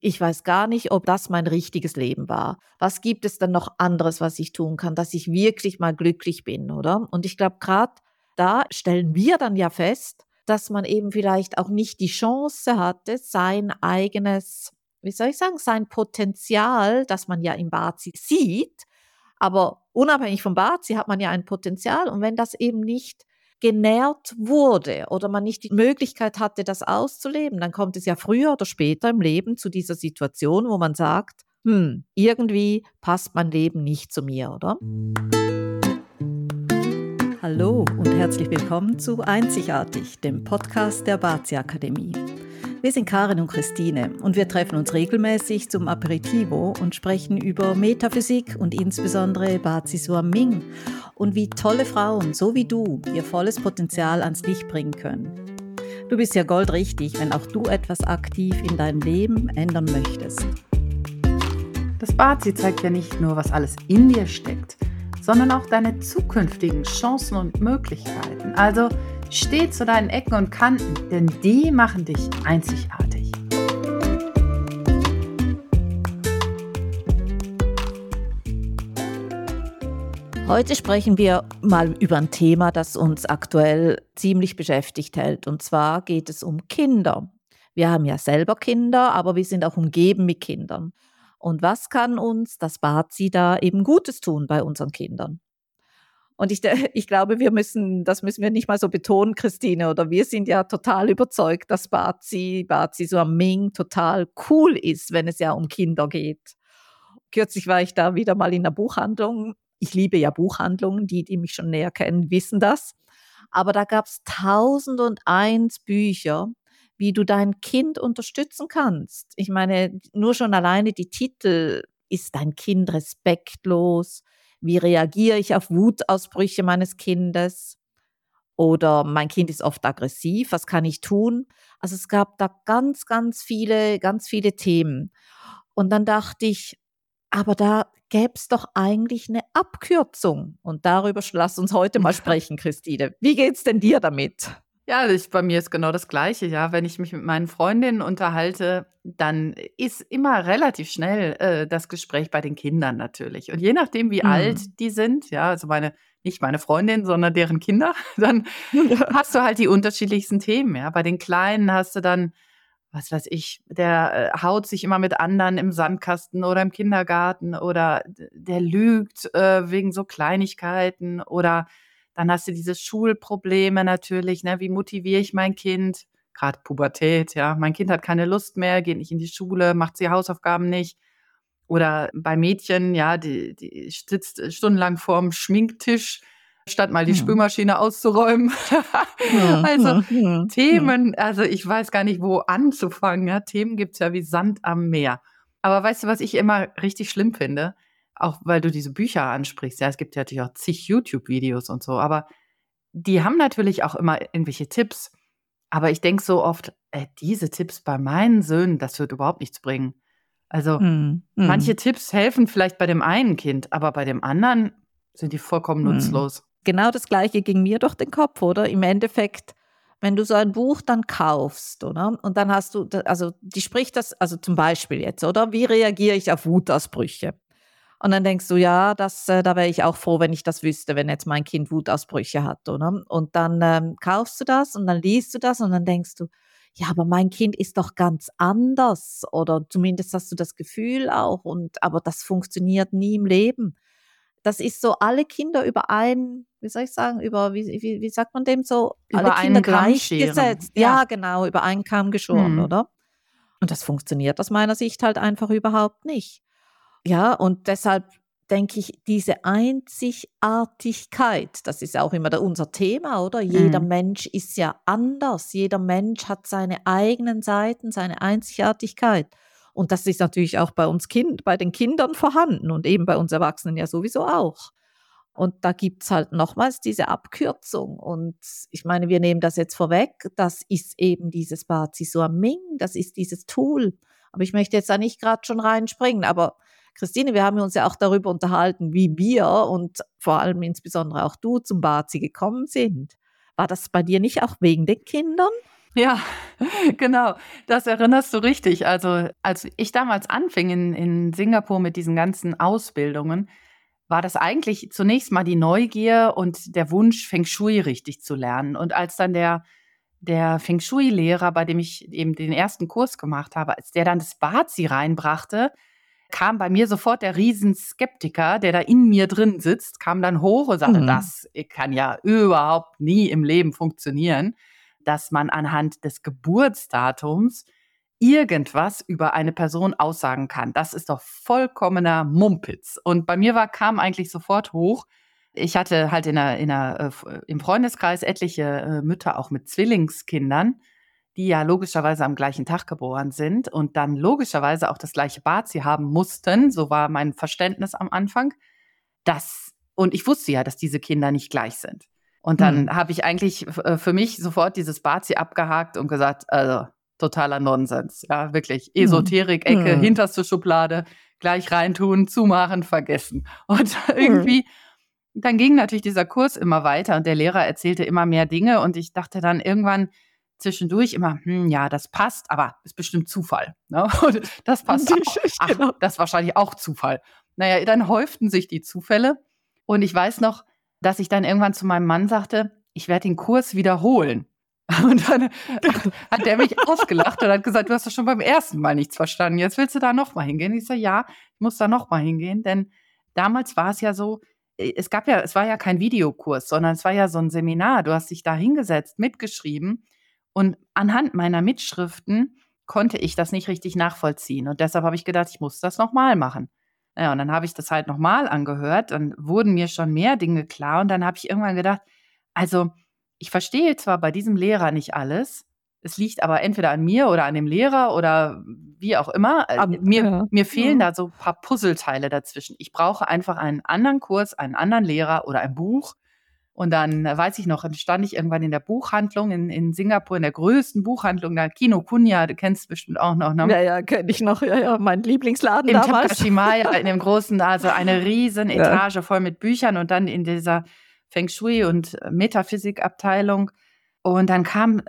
ich weiß gar nicht, ob das mein richtiges Leben war. Was gibt es denn noch anderes, was ich tun kann, dass ich wirklich mal glücklich bin, oder? Und ich glaube, gerade da stellen wir dann ja fest, dass man eben vielleicht auch nicht die Chance hatte, sein eigenes, wie soll ich sagen, sein Potenzial, das man ja im Bazi sieht, aber unabhängig vom Bazi hat man ja ein Potenzial, und wenn das eben nicht genährt wurde oder man nicht die Möglichkeit hatte, das auszuleben, dann kommt es ja früher oder später im Leben zu dieser Situation, wo man sagt, irgendwie passt mein Leben nicht zu mir, oder? Hallo und herzlich willkommen zu Einzigartig, dem Podcast der Bazi Akademie. Wir sind Karin und Christine und wir treffen uns regelmäßig zum Aperitivo und sprechen über Metaphysik und insbesondere Bazi Suam Ming und wie tolle Frauen, so wie du, ihr volles Potenzial ans Licht bringen können. Du bist ja goldrichtig, wenn auch du etwas aktiv in deinem Leben ändern möchtest. Das Bazi zeigt ja nicht nur, was alles in dir steckt, sondern auch deine zukünftigen Chancen und Möglichkeiten. Also steh zu deinen Ecken und Kanten, denn die machen dich einzigartig. Heute sprechen wir mal über ein Thema, das uns aktuell ziemlich beschäftigt hält. Und zwar geht es um Kinder. Wir haben ja selber Kinder, aber wir sind auch umgeben mit Kindern. Und was kann uns das Bazi da eben Gutes tun bei unseren Kindern? Und ich glaube, das müssen wir nicht mal so betonen, Christine, oder wir sind ja total überzeugt, dass Bazi Suam Ming total cool ist, wenn es ja um Kinder geht. Kürzlich war ich da wieder mal in einer Buchhandlung. Ich liebe ja Buchhandlungen, die mich schon näher kennen, wissen das. Aber da gab es 1001 Bücher, wie du dein Kind unterstützen kannst. Ich meine, nur schon alleine die Titel: Ist dein Kind respektlos? Wie reagiere ich auf Wutausbrüche meines Kindes? Oder mein Kind ist oft aggressiv, was kann ich tun? Also es gab da ganz viele Themen. Und dann dachte ich, aber da gäbe es doch eigentlich eine Abkürzung. Und darüber lass uns heute mal sprechen, Christine. Wie geht's denn dir damit? Ja, bei mir ist genau das Gleiche. Ja, wenn ich mich mit meinen Freundinnen unterhalte, dann ist immer relativ schnell das Gespräch bei den Kindern natürlich. Und je nachdem, wie alt die sind, ja, also nicht meine Freundin, sondern deren Kinder, dann hast du halt die unterschiedlichsten Themen. Ja, bei den Kleinen hast du dann, was weiß ich, der haut sich immer mit anderen im Sandkasten oder im Kindergarten oder der lügt wegen so Kleinigkeiten, oder dann hast du diese Schulprobleme natürlich, ne? Wie motiviere ich mein Kind? Gerade Pubertät, ja. Mein Kind hat keine Lust mehr, geht nicht in die Schule, macht die Hausaufgaben nicht. Oder bei Mädchen, ja, die sitzt stundenlang vorm Schminktisch, statt mal die Spülmaschine auszuräumen. Also Themen, also ich weiß gar nicht, wo anzufangen. Ja. Themen gibt's ja wie Sand am Meer. Aber weißt du, was ich immer richtig schlimm finde? Auch weil du diese Bücher ansprichst. Ja, es gibt ja natürlich auch zig YouTube-Videos und so. Aber die haben natürlich auch immer irgendwelche Tipps. Aber ich denke so oft, diese Tipps bei meinen Söhnen, das wird überhaupt nichts bringen. Also manche Tipps helfen vielleicht bei dem einen Kind, aber bei dem anderen sind die vollkommen nutzlos. Genau das Gleiche ging mir durch den Kopf, oder? Im Endeffekt, wenn du so ein Buch dann kaufst, oder? Und dann hast du, also die spricht das, also zum Beispiel jetzt, oder? Wie reagiere ich auf Wutausbrüche? Und dann denkst du, ja, da wäre ich auch froh, wenn ich das wüsste, wenn jetzt mein Kind Wutausbrüche hat, oder? Und dann kaufst du das und dann liest du das und dann denkst du, ja, aber mein Kind ist doch ganz anders, oder zumindest hast du das Gefühl auch, aber das funktioniert nie im Leben. Das ist so, alle Kinder über einen, wie soll ich sagen, wie sagt man dem so? Alle Über Kinder einen Kamm scheren. gleichgesetzt. Ja, genau, über einen Kamm geschoren, oder? Und das funktioniert aus meiner Sicht halt einfach überhaupt nicht. Ja, und deshalb denke ich, diese Einzigartigkeit, das ist ja auch immer unser Thema, oder? Jeder Mensch ist ja anders. Jeder Mensch hat seine eigenen Seiten, seine Einzigartigkeit. Und das ist natürlich auch bei den Kindern vorhanden und eben bei uns Erwachsenen ja sowieso auch. Und da gibt's halt nochmals diese Abkürzung. Und ich meine, wir nehmen das jetzt vorweg, das ist eben dieses Bazi Suam Ming, das ist dieses Tool. Aber ich möchte jetzt da nicht gerade schon reinspringen. Aber Christine, wir haben uns ja auch darüber unterhalten, wie wir und vor allem insbesondere auch du zum Bazi gekommen sind. War das bei dir nicht auch wegen den Kindern? Ja, genau. Das erinnerst du richtig. Also, als ich damals anfing in Singapur mit diesen ganzen Ausbildungen, war das eigentlich zunächst mal die Neugier und der Wunsch, Feng Shui richtig zu lernen. Und als dann der Feng Shui-Lehrer, bei dem ich eben den ersten Kurs gemacht habe, als der dann das Bazi reinbrachte, kam bei mir sofort der Riesenskeptiker, der da in mir drin sitzt, kam dann hoch und sagte: Mhm. „Das kann ja überhaupt nie im Leben funktionieren, dass man anhand des Geburtsdatums irgendwas über eine Person aussagen kann. Das ist doch vollkommener Mumpitz.“ Und bei mir kam eigentlich sofort hoch, ich hatte halt im Freundeskreis etliche, Mütter auch mit Zwillingskindern, die ja logischerweise am gleichen Tag geboren sind und dann logischerweise auch das gleiche Bazi haben mussten. So war mein Verständnis am Anfang. Und ich wusste ja, dass diese Kinder nicht gleich sind. Und dann Mhm. habe ich eigentlich für mich sofort dieses Bazi abgehakt und gesagt, also totaler Nonsens. Ja, wirklich Mhm. Esoterik-Ecke, Mhm. hinterste Schublade, gleich reintun, zumachen, vergessen. Und Mhm. irgendwie dann ging natürlich dieser Kurs immer weiter und der Lehrer erzählte immer mehr Dinge und ich dachte dann irgendwann zwischendurch immer: ja, das passt, aber ist bestimmt Zufall, ne? Und das passt auch. Ach, Genau. das ist wahrscheinlich auch Zufall. Na ja, dann häuften sich die Zufälle und ich weiß noch, dass ich dann irgendwann zu meinem Mann sagte: „Ich werde den Kurs wiederholen.“ Und dann hat der mich ausgelacht und hat gesagt: „Du hast doch schon beim ersten Mal nichts verstanden. Jetzt willst du da noch mal hingehen?“ Ich sage: „Ja, ich muss da noch mal hingehen“, denn damals war es ja so, es war ja kein Videokurs, sondern es war ja so 'n Seminar. Du hast dich da hingesetzt, mitgeschrieben und anhand meiner Mitschriften konnte ich das nicht richtig nachvollziehen und deshalb habe ich gedacht, ich muss das noch mal machen. Na ja, und dann habe ich das halt noch mal angehört, dann wurden mir schon mehr Dinge klar und dann habe ich irgendwann gedacht: „Also, ich verstehe zwar bei diesem Lehrer nicht alles, es liegt aber entweder an mir oder an dem Lehrer oder wie auch immer. Ja. Mir fehlen Mhm. da so paar Puzzleteile dazwischen. Ich brauche einfach einen anderen Kurs, einen anderen Lehrer oder ein Buch.“ Und dann, weiß ich noch, dann stand ich irgendwann in der Buchhandlung in Singapur, in der größten Buchhandlung da, Kinokuniya, du kennst bestimmt auch noch, ne? Ja, ja, kenne ich noch. Ja, ja, mein Lieblingsladen Im damals. Takashimaya, in dem großen, also eine riesen Ja. Etage voll mit Büchern und dann in dieser Feng Shui und Metaphysikabteilung. Und dann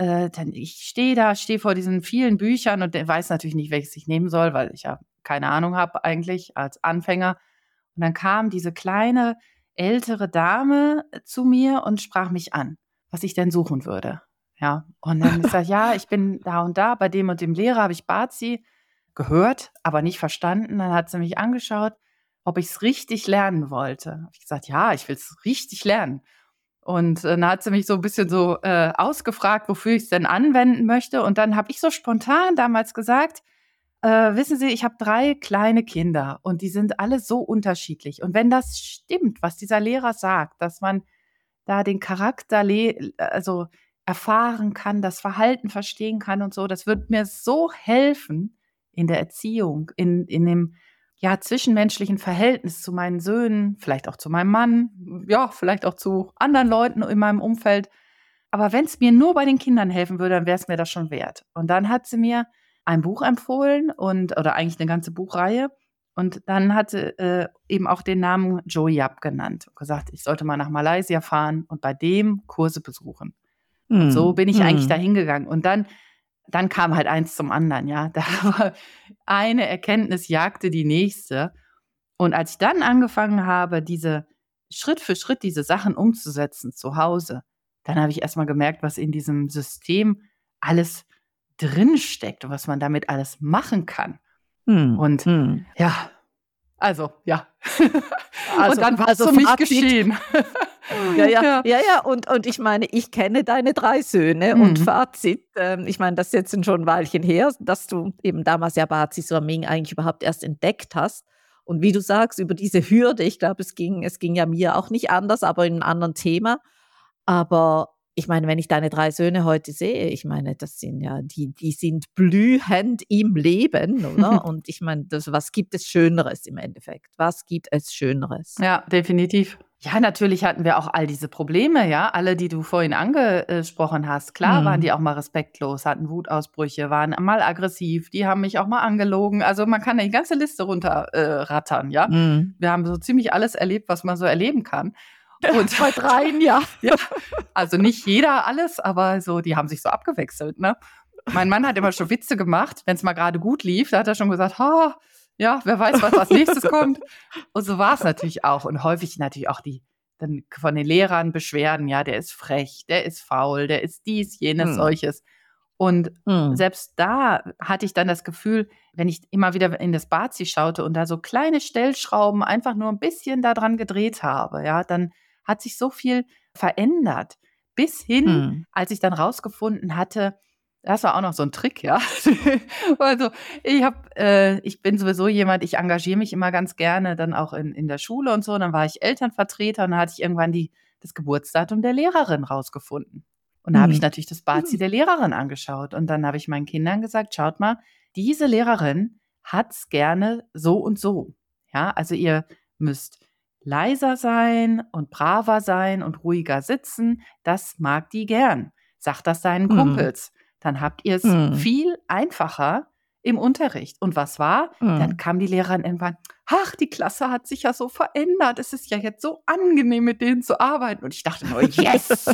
ich stehe vor diesen vielen Büchern und weiß natürlich nicht, welches ich nehmen soll, weil ich ja keine Ahnung habe eigentlich als Anfänger. Und dann kam diese kleine ältere Dame zu mir und sprach mich an, was ich denn suchen würde. Ja, und dann ich sage: „Ja, ich bin da und da, bei dem und dem Lehrer habe ich Bazi gehört, aber nicht verstanden.“ Dann hat sie mich angeschaut, ob ich's richtig lernen wollte. Habe ich gesagt: „Ja, ich will's richtig lernen.“ Und, dann hat sie mich so 'n bisschen so, ausgefragt, wofür ich's denn anwenden möchte. Und dann habe ich so spontan damals gesagt: Wissen Sie, ich habe 3 kleine Kinder und die sind alle so unterschiedlich. Und wenn das stimmt, was dieser Lehrer sagt, dass man da den Charakter also erfahren kann, das Verhalten verstehen kann und so, das wird mir so helfen in der Erziehung, in dem, ja, zwischenmenschlichen Verhältnis zu meinen Söhnen, vielleicht auch zu meinem Mann, ja, vielleicht auch zu anderen Leuten in meinem Umfeld. Aber wenn es mir nur bei den Kindern helfen würde, dann wäre es mir das schon wert. Und dann hat sie mir ein Buch empfohlen oder eigentlich eine ganze Buchreihe. Und dann hat sie, eben auch den Namen Joe Yap genannt und gesagt, ich sollte mal nach Malaysia fahren und bei dem Kurse besuchen. Und so Mhm. bin ich eigentlich da Mhm. hingegangen. Und dann kam halt eins zum anderen, ja. Da war eine Erkenntnis jagte die nächste. Und als ich dann angefangen habe, diese Schritt für Schritt diese Sachen umzusetzen zu Hause, dann habe ich erst mal gemerkt, was in diesem System alles drinsteckt und was man damit alles machen kann. Mhm. Und Mhm. ja, also, ja. Und Also dann war es also für mich Fazit. geschehen. Ja, ja, Ja. ja, ja, und ich meine, ich kenne deine 3 Söhne und Mhm. Fazit, ich meine, das ist jetzt schon 'n Weilchen her, dass du eben damals ja Bazi Suaming eigentlich überhaupt erst entdeckt hast. Und wie du sagst, über diese Hürde, ich glaube, es ging ja mir auch nicht anders, aber in 'nem anderen Thema. Aber ich meine, wenn ich deine 3 Söhne heute sehe, ich meine, das sind ja die sind blühend im Leben, oder? Und ich meine, was gibt es Schöneres im Endeffekt? Was gibt es Schöneres? Ja, definitiv. Ja, natürlich hatten wir auch all diese Probleme, ja, alle, die du vorhin angesprochen hast. Klar waren die Mhm. auch mal respektlos, hatten Wutausbrüche, waren mal aggressiv, die haben mich auch mal angelogen. Also, man kann ja die ganze Liste runter rattern, ja. Mhm. Wir haben so ziemlich alles erlebt, was man so erleben kann. Und Bei 3, ja. ja, also nicht jeder alles, aber so, die haben sich so abgewechselt, ne? Mein Mann hat immer schon Witze gemacht, wenn es mal gerade gut lief, da hat er schon gesagt, ja, wer weiß, was als nächstes kommt. Und so war es natürlich auch. Und häufig natürlich auch die dann von den Lehrern Beschwerden, ja, der ist frech, der ist faul, der ist dies, jenes, solches. Und selbst da hatte ich dann das Gefühl, wenn ich immer wieder in das Bazi schaute und da so kleine Stellschrauben einfach nur ein bisschen da dran gedreht habe, ja, dann hat sich so viel verändert. Bis hin, als ich dann rausgefunden hatte, das war auch noch so ein Trick, ja. Also ich bin sowieso jemand, ich engagiere mich immer ganz gerne, dann auch in der Schule und so. Und dann war ich Elternvertreter und dann hatte ich irgendwann das Geburtsdatum der Lehrerin rausgefunden. Und da habe ich natürlich das Bazi der Lehrerin angeschaut. Und dann habe ich meinen Kindern gesagt, schaut mal, diese Lehrerin hat's gerne so und so. Ja, also ihr müsst leiser sein und braver sein und ruhiger sitzen. Das mag die gern. Sagt das deinen Kumpels. Dann habt ihr es viel einfacher im Unterricht. Und was war? Dann kam die Lehrerin irgendwann, ach, die Klasse hat sich ja so verändert. Es ist ja jetzt so angenehm, mit denen zu arbeiten. Und ich dachte nur, yes!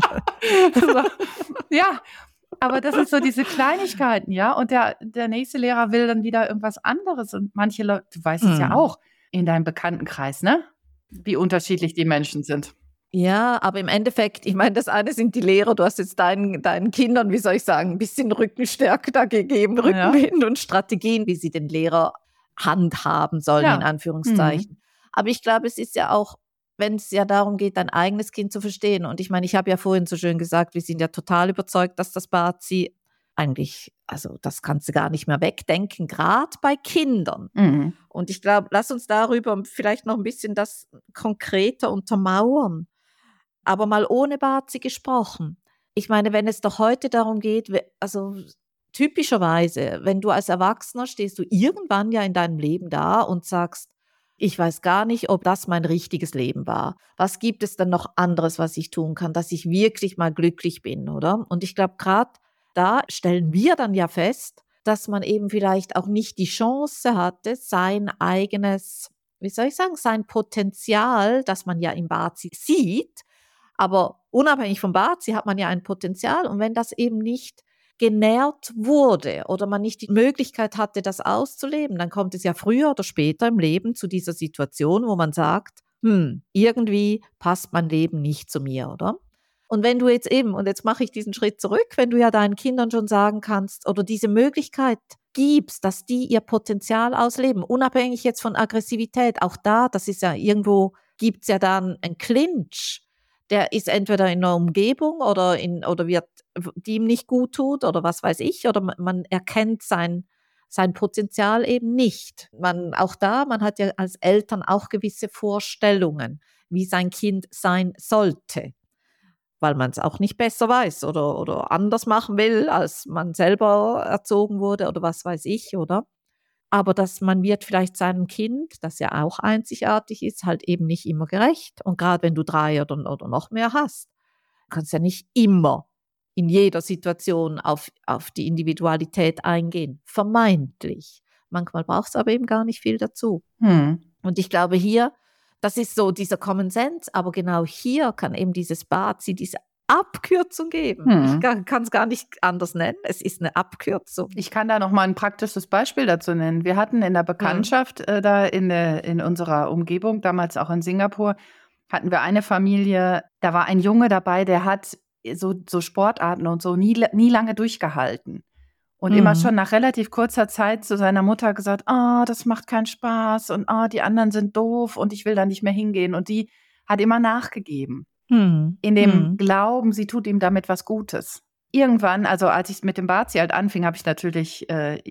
Ja, aber das sind so diese Kleinigkeiten, ja. Und der nächste Lehrer will dann wieder irgendwas anderes. Und manche Leute, du weißt es ja auch in deinem Bekanntenkreis, ne? Wie unterschiedlich die Menschen sind. Ja, aber im Endeffekt, ich meine, das eine sind die Lehrer, du hast jetzt deinen Kindern, wie soll ich sagen, ein bisschen Rückenstärke da gegeben, Rückenwind und Strategien, wie sie den Lehrer handhaben sollen, in Anführungszeichen. Aber ich glaube, es ist ja auch, wenn es ja darum geht, dein eigenes Kind zu verstehen. Und ich meine, ich habe ja vorhin so schön gesagt, wir sind ja total überzeugt, dass das Bazi eigentlich, also das kannst du gar nicht mehr wegdenken, gerade bei Kindern. Und ich glaube, lass uns darüber vielleicht noch ein bisschen das konkreter untermauern. Aber mal ohne Bazi gesprochen. Ich meine, wenn es doch heute darum geht, also typischerweise, wenn du als Erwachsener stehst du irgendwann ja in deinem Leben da und sagst, ich weiß gar nicht, ob das mein richtiges Leben war. Was gibt es dann noch anderes, was ich tun kann, dass ich wirklich mal glücklich bin, oder? Und ich glaube, gerade da stellen wir dann ja fest, dass man eben vielleicht auch nicht die Chance hatte, sein eigenes, wie soll ich sagen, sein Potenzial, das man ja im Bazi sieht, aber unabhängig vom Bazi hat man ja ein Potenzial. Und wenn das eben nicht genährt wurde oder man nicht die Möglichkeit hatte, das auszuleben, dann kommt es ja früher oder später im Leben zu dieser Situation, wo man sagt, irgendwie passt mein Leben nicht zu mir, oder? Und wenn du jetzt eben, und jetzt mache ich diesen Schritt zurück, wenn du ja deinen Kindern schon sagen kannst oder diese Möglichkeit gibst, dass die ihr Potenzial ausleben, unabhängig jetzt von Aggressivität, auch da, das ist ja irgendwo, gibt es ja dann einen Clinch. Der ist entweder in einer Umgebung oder wird, die ihm nicht gut tut oder was weiß ich, oder man erkennt sein Potenzial eben nicht. Man hat ja als Eltern auch gewisse Vorstellungen, wie sein Kind sein sollte, weil man es auch nicht besser weiß oder anders machen will, als man selber erzogen wurde oder was weiß ich, oder? Aber man wird vielleicht seinem Kind, das ja auch einzigartig ist, halt eben nicht immer gerecht. Und gerade wenn du 3 oder noch mehr hast, kannst du ja nicht immer in jeder Situation auf die Individualität eingehen. Vermeintlich. Manchmal braucht es aber eben gar nicht viel dazu. Und ich glaube hier, das ist so dieser Common Sense, aber genau hier kann eben dieses Bazi, diese Abkürzung geben. Ich kann es gar nicht anders nennen. Es ist eine Abkürzung. Ich kann da noch mal ein praktisches Beispiel dazu nennen. Wir hatten in der Bekanntschaft da in unserer Umgebung, damals auch in Singapur, hatten wir eine Familie, da war ein Junge dabei, der hat so Sportarten und so nie lange durchgehalten. Und immer schon nach relativ kurzer Zeit zu seiner Mutter gesagt, das macht keinen Spaß und die anderen sind doof und ich will da nicht mehr hingehen. Und die hat immer nachgegeben. In dem Glauben, sie tut ihm damit was Gutes. Irgendwann, also als ich mit dem Bazi halt anfing, habe ich natürlich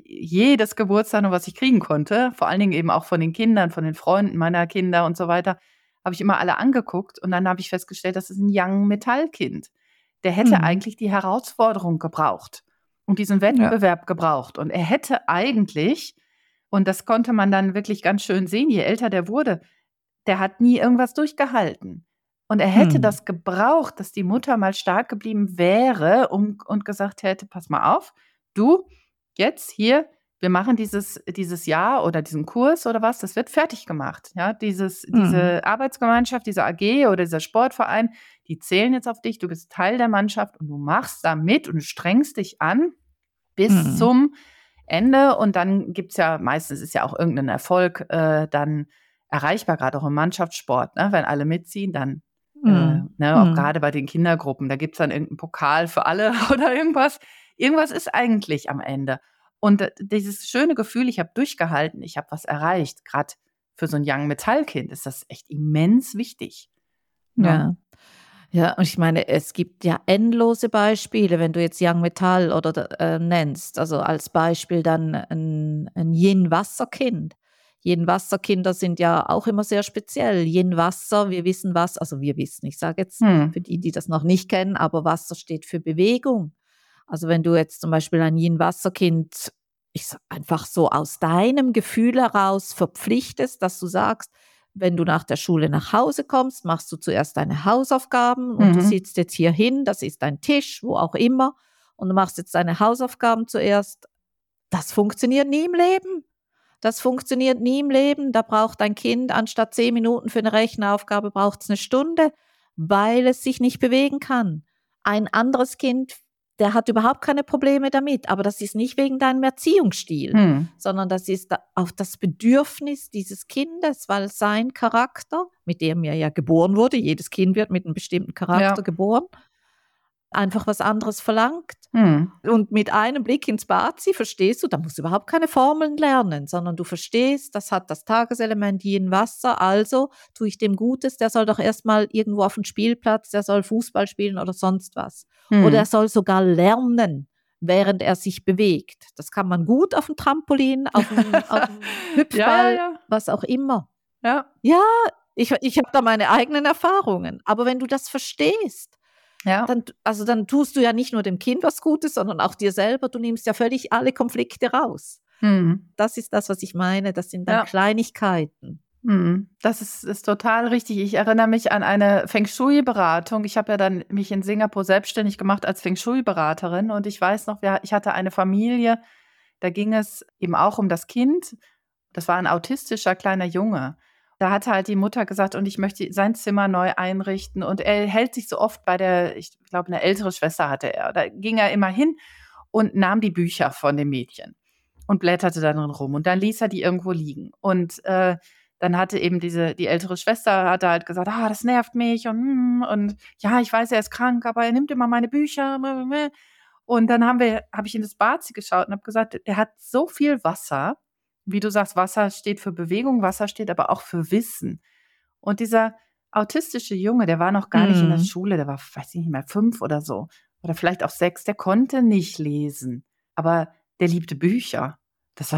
jedes Geburtsdatum, was ich kriegen konnte, vor allen Dingen eben auch von den Kindern, von den Freunden meiner Kinder und so weiter, habe ich immer alle angeguckt und dann habe ich festgestellt, das ist ein Young Metall-Kind. Der hätte eigentlich die Herausforderung gebraucht und diesen Wettbewerb gebraucht. Und er hätte eigentlich, und das konnte man dann wirklich ganz schön sehen, je älter der wurde, der hat nie irgendwas durchgehalten. Und er hätte das gebraucht, dass die Mutter mal stark geblieben wäre und gesagt hätte, pass mal auf, du, jetzt hier, wir machen dieses Jahr oder diesen Kurs oder was, das wird fertig gemacht. Ja, diese Arbeitsgemeinschaft, diese AG oder dieser Sportverein, die zählen jetzt auf dich, du bist Teil der Mannschaft und du machst da mit und du strengst dich an bis zum Ende. Und dann gibt es ja, meistens ist ja auch irgendein Erfolg dann erreichbar, gerade auch im Mannschaftssport, ne? Wenn alle mitziehen, dann auch gerade bei den Kindergruppen, da gibt es dann irgendeinen Pokal für alle oder irgendwas. Irgendwas ist eigentlich am Ende. Und dieses schöne Gefühl, ich habe durchgehalten, ich habe was erreicht, gerade für so ein Young Metall-Kind ist das echt immens wichtig. Ja. Ja, und ich meine, es gibt ja endlose Beispiele, wenn du jetzt Young Metall oder nennst, also als Beispiel dann ein Yin-Wasser-Kind. Yin-Wasser-Kinder sind ja auch immer sehr speziell. Yin-Wasser, wir wissen was, also wir wissen, ich sage jetzt für die das noch nicht kennen, aber Wasser steht für Bewegung. Also wenn du jetzt zum Beispiel ein Yin-Wasser-Kind einfach so aus deinem Gefühl heraus verpflichtest, dass du sagst, wenn du nach der Schule nach Hause kommst, machst du zuerst deine Hausaufgaben und du sitzt jetzt hier hin, das ist dein Tisch, wo auch immer, und du machst jetzt deine Hausaufgaben zuerst. Das funktioniert nie im Leben. Das funktioniert nie im Leben. Da braucht ein Kind anstatt 10 Minuten für eine Rechenaufgabe, braucht es eine Stunde, weil es sich nicht bewegen kann. Ein anderes Kind, der hat überhaupt keine Probleme damit, aber das ist nicht wegen deinem Erziehungsstil, sondern das ist auf das Bedürfnis dieses Kindes, weil sein Charakter, mit dem er ja geboren wurde, jedes Kind wird mit einem bestimmten Charakter geboren, einfach was anderes verlangt. Und mit einem Blick ins Bazi verstehst du, da musst du überhaupt keine Formeln lernen, sondern du verstehst, das hat das Tageselement Yin Wasser, also tue ich dem Gutes, der soll doch erstmal irgendwo auf den Spielplatz, der soll Fußball spielen oder sonst was. Oder er soll sogar lernen, während er sich bewegt. Das kann man gut auf dem Trampolin, auf dem Hüpfball, was auch immer. Ja, ich habe da meine eigenen Erfahrungen. Aber wenn du das verstehst, dann tust du ja nicht nur dem Kind was Gutes, sondern auch dir selber. Du nimmst ja völlig alle Konflikte raus. Das ist das, was ich meine. Das sind dann Kleinigkeiten. Das ist total richtig. Ich erinnere mich an eine Feng Shui-Beratung. Ich habe ja dann mich in Singapur selbstständig gemacht als Feng Shui-Beraterin. Und ich weiß noch, ich hatte eine Familie, da ging es eben auch um das Kind. Das war ein autistischer kleiner Junge. Da hatte halt die Mutter gesagt, und ich möchte sein Zimmer neu einrichten. Und er hält sich so oft ich glaube, eine ältere Schwester hatte er. Da ging er immer hin und nahm die Bücher von dem Mädchen und blätterte da drin rum. Und dann ließ er die irgendwo liegen. Und dann hatte eben die ältere Schwester hatte halt gesagt, das nervt mich und ja, ich weiß, er ist krank, aber er nimmt immer meine Bücher. Und dann habe ich in das Bazi geschaut und habe gesagt, der hat so viel Wasser. Wie du sagst, Wasser steht für Bewegung, Wasser steht aber auch für Wissen. Und dieser autistische Junge, der war noch gar nicht in der Schule, der war, weiß ich nicht mehr, 5 oder so. Oder vielleicht auch 6, der konnte nicht lesen. Aber der liebte Bücher. Das war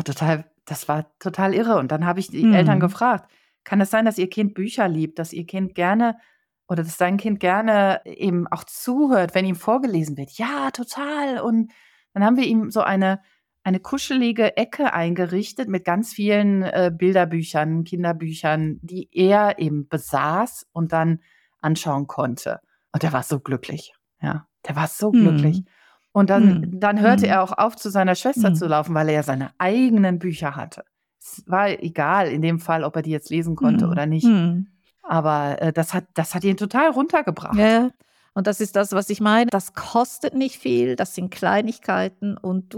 total irre. Und dann habe ich die Eltern gefragt, kann es sein, dass ihr Kind Bücher liebt, dass ihr Kind gerne oder dass sein Kind gerne eben auch zuhört, wenn ihm vorgelesen wird? Ja, total. Und dann haben wir ihm so eine kuschelige Ecke eingerichtet mit ganz vielen Bilderbüchern, Kinderbüchern, die er eben besaß und dann anschauen konnte. Und der war so glücklich. Ja, der war so glücklich. Und dann hörte er auch auf, zu seiner Schwester zu laufen, weil er ja seine eigenen Bücher hatte. Es war egal in dem Fall, ob er die jetzt lesen konnte oder nicht. Aber das hat ihn total runtergebracht. Ja. Und das ist das, was ich meine. Das kostet nicht viel, das sind Kleinigkeiten und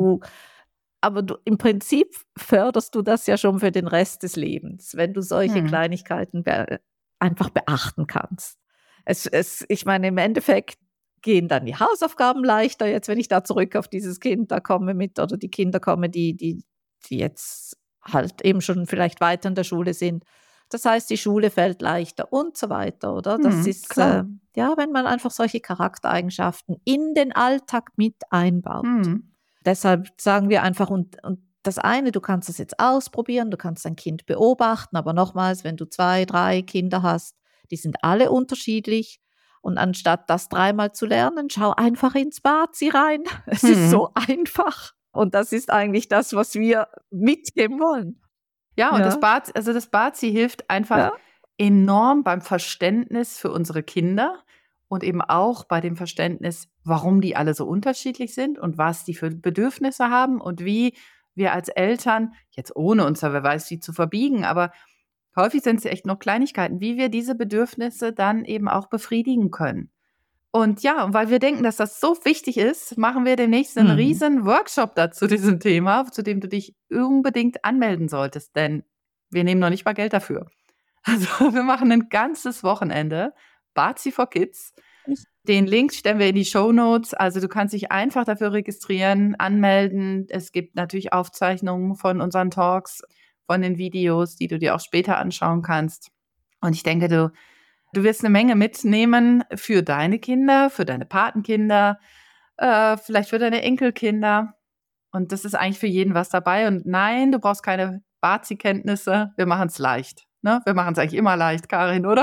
aber im Prinzip förderst du das ja schon für den Rest des Lebens, wenn du solche Kleinigkeiten einfach beachten kannst. Ich meine, im Endeffekt gehen dann die Hausaufgaben leichter, jetzt wenn ich da zurück auf dieses Kind da komme oder die Kinder komme, die jetzt halt eben schon vielleicht weiter in der Schule sind. Das heißt, die Schule fällt leichter und so weiter, oder? Das ist, wenn man einfach solche Charaktereigenschaften in den Alltag mit einbaut. Deshalb sagen wir einfach, und das eine, du kannst es jetzt ausprobieren, du kannst dein Kind beobachten, aber nochmals, wenn du 2, 3 Kinder hast, die sind alle unterschiedlich. Und anstatt das 3-mal zu lernen, schau einfach ins Bazi rein. Es ist so einfach. Und das ist eigentlich das, was wir mitgeben wollen. Ja, und das Bazi hilft einfach enorm beim Verständnis für unsere Kinder und eben auch bei dem Verständnis, warum die alle so unterschiedlich sind und was die für Bedürfnisse haben und wie wir als Eltern, jetzt ohne uns, wer weiß, wie zu verbiegen, aber häufig sind es echt nur Kleinigkeiten, wie wir diese Bedürfnisse dann eben auch befriedigen können. Und ja, und weil wir denken, dass das so wichtig ist, machen wir demnächst einen riesen Workshop dazu diesem Thema, zu dem du dich unbedingt anmelden solltest, denn wir nehmen noch nicht mal Geld dafür. Also wir machen ein ganzes Wochenende, Bazi for Kids. Den Link stellen wir in die Shownotes. Also du kannst dich einfach dafür registrieren, anmelden. Es gibt natürlich Aufzeichnungen von unseren Talks, von den Videos, die du dir auch später anschauen kannst. Und ich denke, du wirst eine Menge mitnehmen für deine Kinder, für deine Patenkinder, vielleicht für deine Enkelkinder. Und das ist eigentlich für jeden was dabei. Und nein, du brauchst keine Bazi-Kenntnisse. Wir machen es leicht. Ne? Wir machen es eigentlich immer leicht, Karin, oder?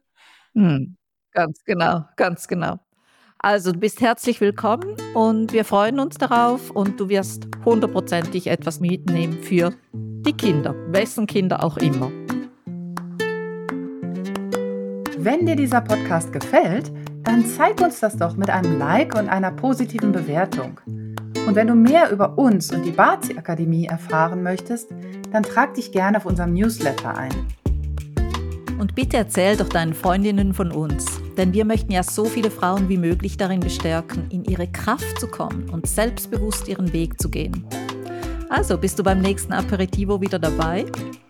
Ganz genau, ganz genau. Also du bist herzlich willkommen und wir freuen uns darauf und du wirst 100%ig etwas mitnehmen für die Kinder, wessen Kinder auch immer. Wenn dir dieser Podcast gefällt, dann zeig uns das doch mit einem Like und einer positiven Bewertung. Und wenn du mehr über uns und die Bazi Akademie erfahren möchtest, dann trag dich gerne auf unserem Newsletter ein. Und bitte erzähl doch deinen Freundinnen von uns, denn wir möchten ja so viele Frauen wie möglich darin bestärken, in ihre Kraft zu kommen und selbstbewusst ihren Weg zu gehen. Also, bist du beim nächsten Aperitivo wieder dabei?